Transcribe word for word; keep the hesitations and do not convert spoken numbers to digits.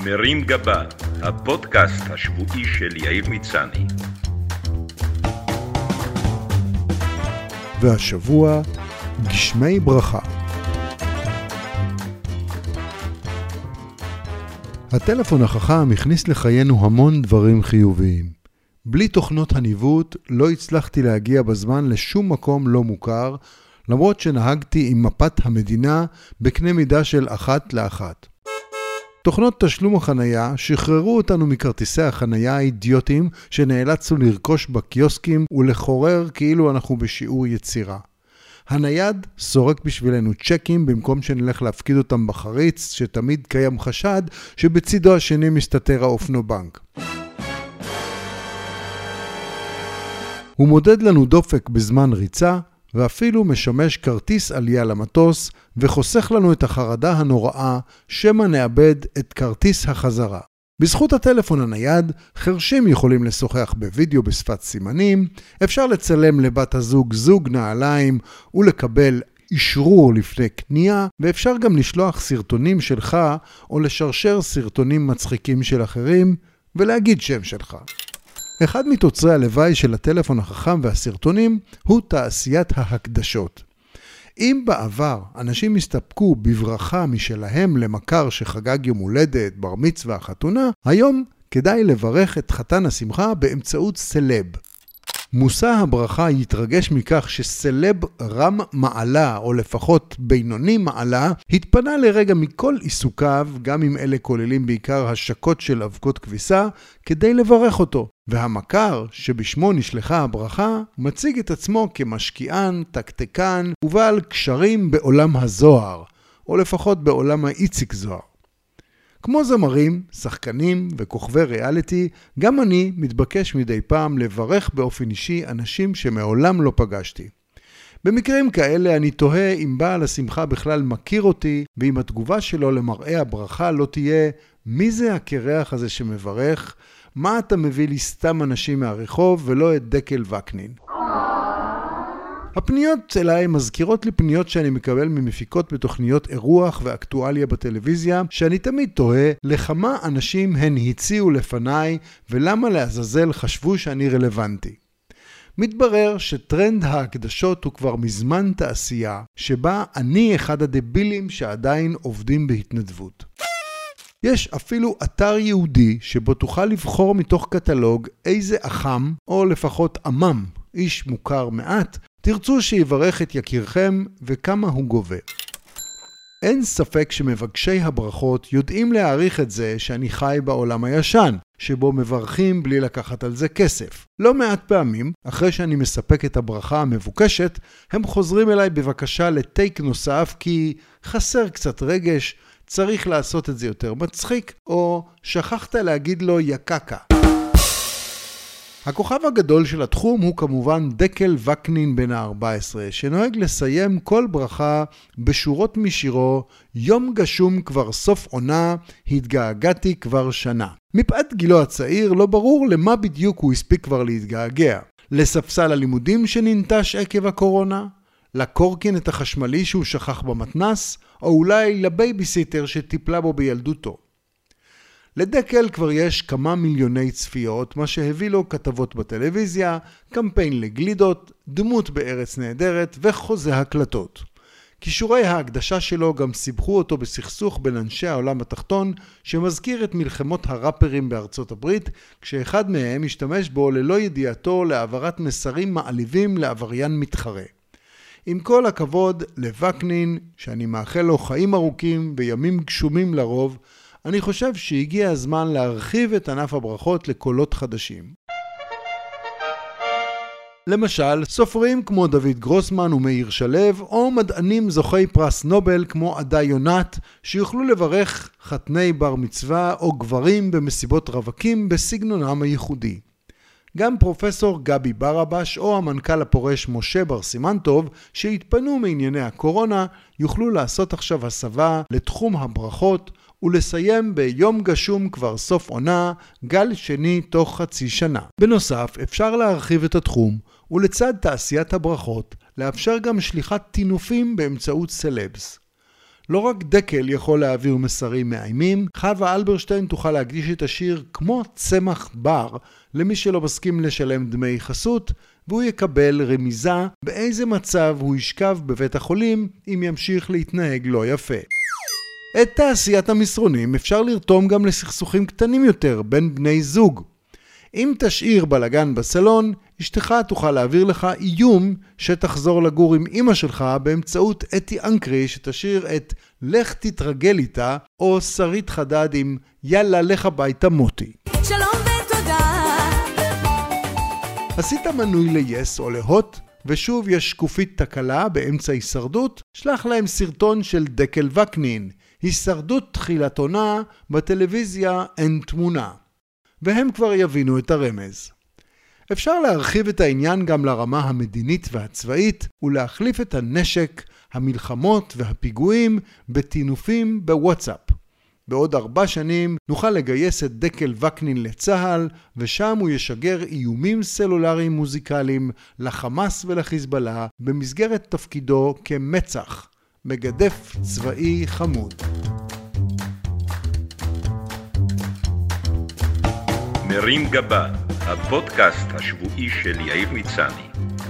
מרים גבה, הפודקאסט השבועי של יאיר מצני. והשבוע, גשמי ברכה. הטלפון החכם הכניס לחיינו המון דברים חיוביים. בלי תוכנות הניווט לא הצלחתי להגיע בזמן לשום מקום לא מוכר, למרות שנהגתי עם מפת המדינה בקנה מידה של אחת לאחת. תוכנות תשלום החנייה שחררו אותנו מכרטיסי החנייה האידיוטיים שנאלצנו לרכוש בקיוסקים ולחורר כאילו אנחנו בשיעור יצירה. הנייד סורק בשבילנו צ'קים במקום שנלך להפקיד אותם בחריץ, שתמיד קיים חשד שבצידו השני מסתתר האופנובנק. הוא מודד לנו דופק בזמן ריצה, ואפילו משמש כרטיס עלייה למטוס, וחוסך לנו את החרדה הנוראה שמה נאבד את כרטיס החזרה. בזכות הטלפון הנייד, חרשים יכולים לשוחח בווידאו בשפת סימנים, אפשר לצלם לבת הזוג זוג נעליים ולקבל אישרור לפני קנייה, ואפשר גם לשלוח סרטונים שלך או לשרשר סרטונים מצחיקים של אחרים ולהגיד שם שלך. אחד מתוצרי הלוואי של הטלפון החכם והסרטונים הוא תעשיית ההקדשות. אם בעבר אנשים הסתפקו בברכה משלהם למכר שחגג יום הולדת, בר מצווה, חתונה, היום כדאי לברך את חתן השמחה באמצעות סלב. מושא הברכה יתרגש מכך שסלב רם מעלה, או לפחות בינוני מעלה, התפנה לרגע מכל עיסוקיו, גם אם אלה כוללים בעיקר השקות של אבקות כביסה, כדי לברך אותו. והמכר שבשמו נשלחה הברכה מציג את עצמו כמשקיען, תקתקן ובעל קשרים בעולם הזוהר, או לפחות בעולם האיציק זוהר. כמו זמרים, שחקנים וכוכבי ריאליטי, גם אני מתבקש מדי פעם לברך באופן אישי אנשים שמעולם לא פגשתי. במקרים כאלה אני תוהה אם בעל השמחה בכלל מכיר אותי, ואם התגובה שלו למראה הברכה לא תהיה מי זה הקרח הזה שמברך, מה אתה מביא לי סתם אנשים מהרחוב ולא את דקל וקנין. הפניות אליי מזכירות לי פניות שאני מקבל ממפיקות בתוכניות אירוח ואקטואליה בטלוויזיה, שאני תמיד תוהה לכמה אנשים הן הציעו לפניי ולמה לעזאזל חשבו שאני רלוונטי. מתברר שטרנד ההקדשות הוא כבר מזמן תעשייה, שבה אני אחד הדבילים שעדיין עובדים בהתנדבות. יש אפילו אתר יהודי שבו תוכל לבחור מתוך קטלוג איזה אחם, או לפחות אמם, איש מוכר מעט, תרצו שיברך את יקירכם וכמה הוא גובה. אין ספק שמבקשי הברכות יודעים להעריך את זה שאני חי בעולם הישן, שבו מברכים בלי לקחת על זה כסף. לא מעט פעמים, אחרי שאני מספק את הברכה המבוקשת, הם חוזרים אליי בבקשה לטייק נוסף כי חסר קצת רגש, צריך לעשות את זה יותר מצחיק, או שכחת להגיד לו יקקה. הכוכב הגדול של התחום הוא כמובן דקל וקנין בן ה-ארבע עשרה, שנוהג לסיים כל ברכה בשורות משירו, יום גשום כבר סוף עונה, התגעגעתי כבר שנה. מפאת גילו הצעיר לא ברור למה בדיוק הוא הספיק כבר להתגעגע. לספסל הלימודים שננטש עקב הקורונה? לקורקינט החשמלי שהוא שכח במתנס? או אולי לבייביסיטר שטיפלה בו בילדותו? לדקל כבר יש כמה מיליוני צפיות, מה שהביא לו כתבות בטלוויזיה, קמפיין לגלידות, דמות בארץ נהדרת וחוזה הקלטות. כישורי ההקדשה שלו גם סיבכו אותו בסכסוך בין אנשי העולם התחתון, שמזכיר את מלחמות הראפרים בארצות הברית, כשאחד מהם השתמש בו ללא ידיעתו להעברת מסרים מעליבים לעבריין מתחרה. עם כל הכבוד לווקנין, שאני מאחל לו חיים ארוכים וימים גשומים לרוב, אני חושב שהגיע הזמן להרחיב את ענף הברכות לקולות חדשים. למשל, סופרים כמו דוד גרוסמן ומאיר שלו, או מדענים זוכי פרס נובל כמו עדה יונת, שיוכלו לברך חתני בר מצווה או גברים במסיבות רווקים בסגנונם הייחודי. גם פרופסור גבי ברבש או המנכ"ל הפורש משה בר סימנטוב, שהתפנו מענייני הקורונה, יוכלו לעשות עכשיו הסבה לתחום הברכות, ולסיים ביום גשום כבר סוף עונה, גל שני תוך חצי שנה. בנוסף, אפשר להרחיב את התחום, ולצד תעשיית הברכות, לאפשר גם שליחת תינופים באמצעות סלבס. לא רק דקל יכול להעביר מסרים מאיימים, חווה אלברשטיין תוכל להקדיש את השיר כמו צמח בר למי שלא מסכים לשלם דמי חסות, והוא יקבל רמיזה באיזה מצב הוא ישכב בבית החולים אם ימשיך להתנהג לא יפה. את תעשיית המסרונים אפשר לרתום גם לסכסוכים קטנים יותר בין בני זוג. אם תשאיר בלגן בסלון, אשתך תוכל להעביר לך איום שתחזור לגור עם אמא שלך באמצעות אתי אנקרי שתשאיר את לך תתרגל איתה, או שרית חדד עם יאללה לך ביתה מוטי. שלום ותודה. עשית מנוי ל-yes או להוט, ושוב יש שקופית תקלה באמצע הישרדות, שלח להם סרטון של דקל וקנין, הישרדות תחילת עונה, בטלוויזיה אין תמונה. והם כבר יבינו את הרמז. אפשר להרחיב את העניין גם לרמה המדינית והצבאית, ולהחליף את הנשק, המלחמות והפיגועים בתינופים בוואטסאפ. בעוד ארבע שנים נוכל לגייס את דקל וקנין לצהל, ושם הוא ישגר איומים סלולריים מוזיקליים לחמאס ולחיזבאללה במסגרת תפקידו כמצח, מגדף צבאי חמוד. מרים גבה, הפודקאסט השבועי של יאיר מצני.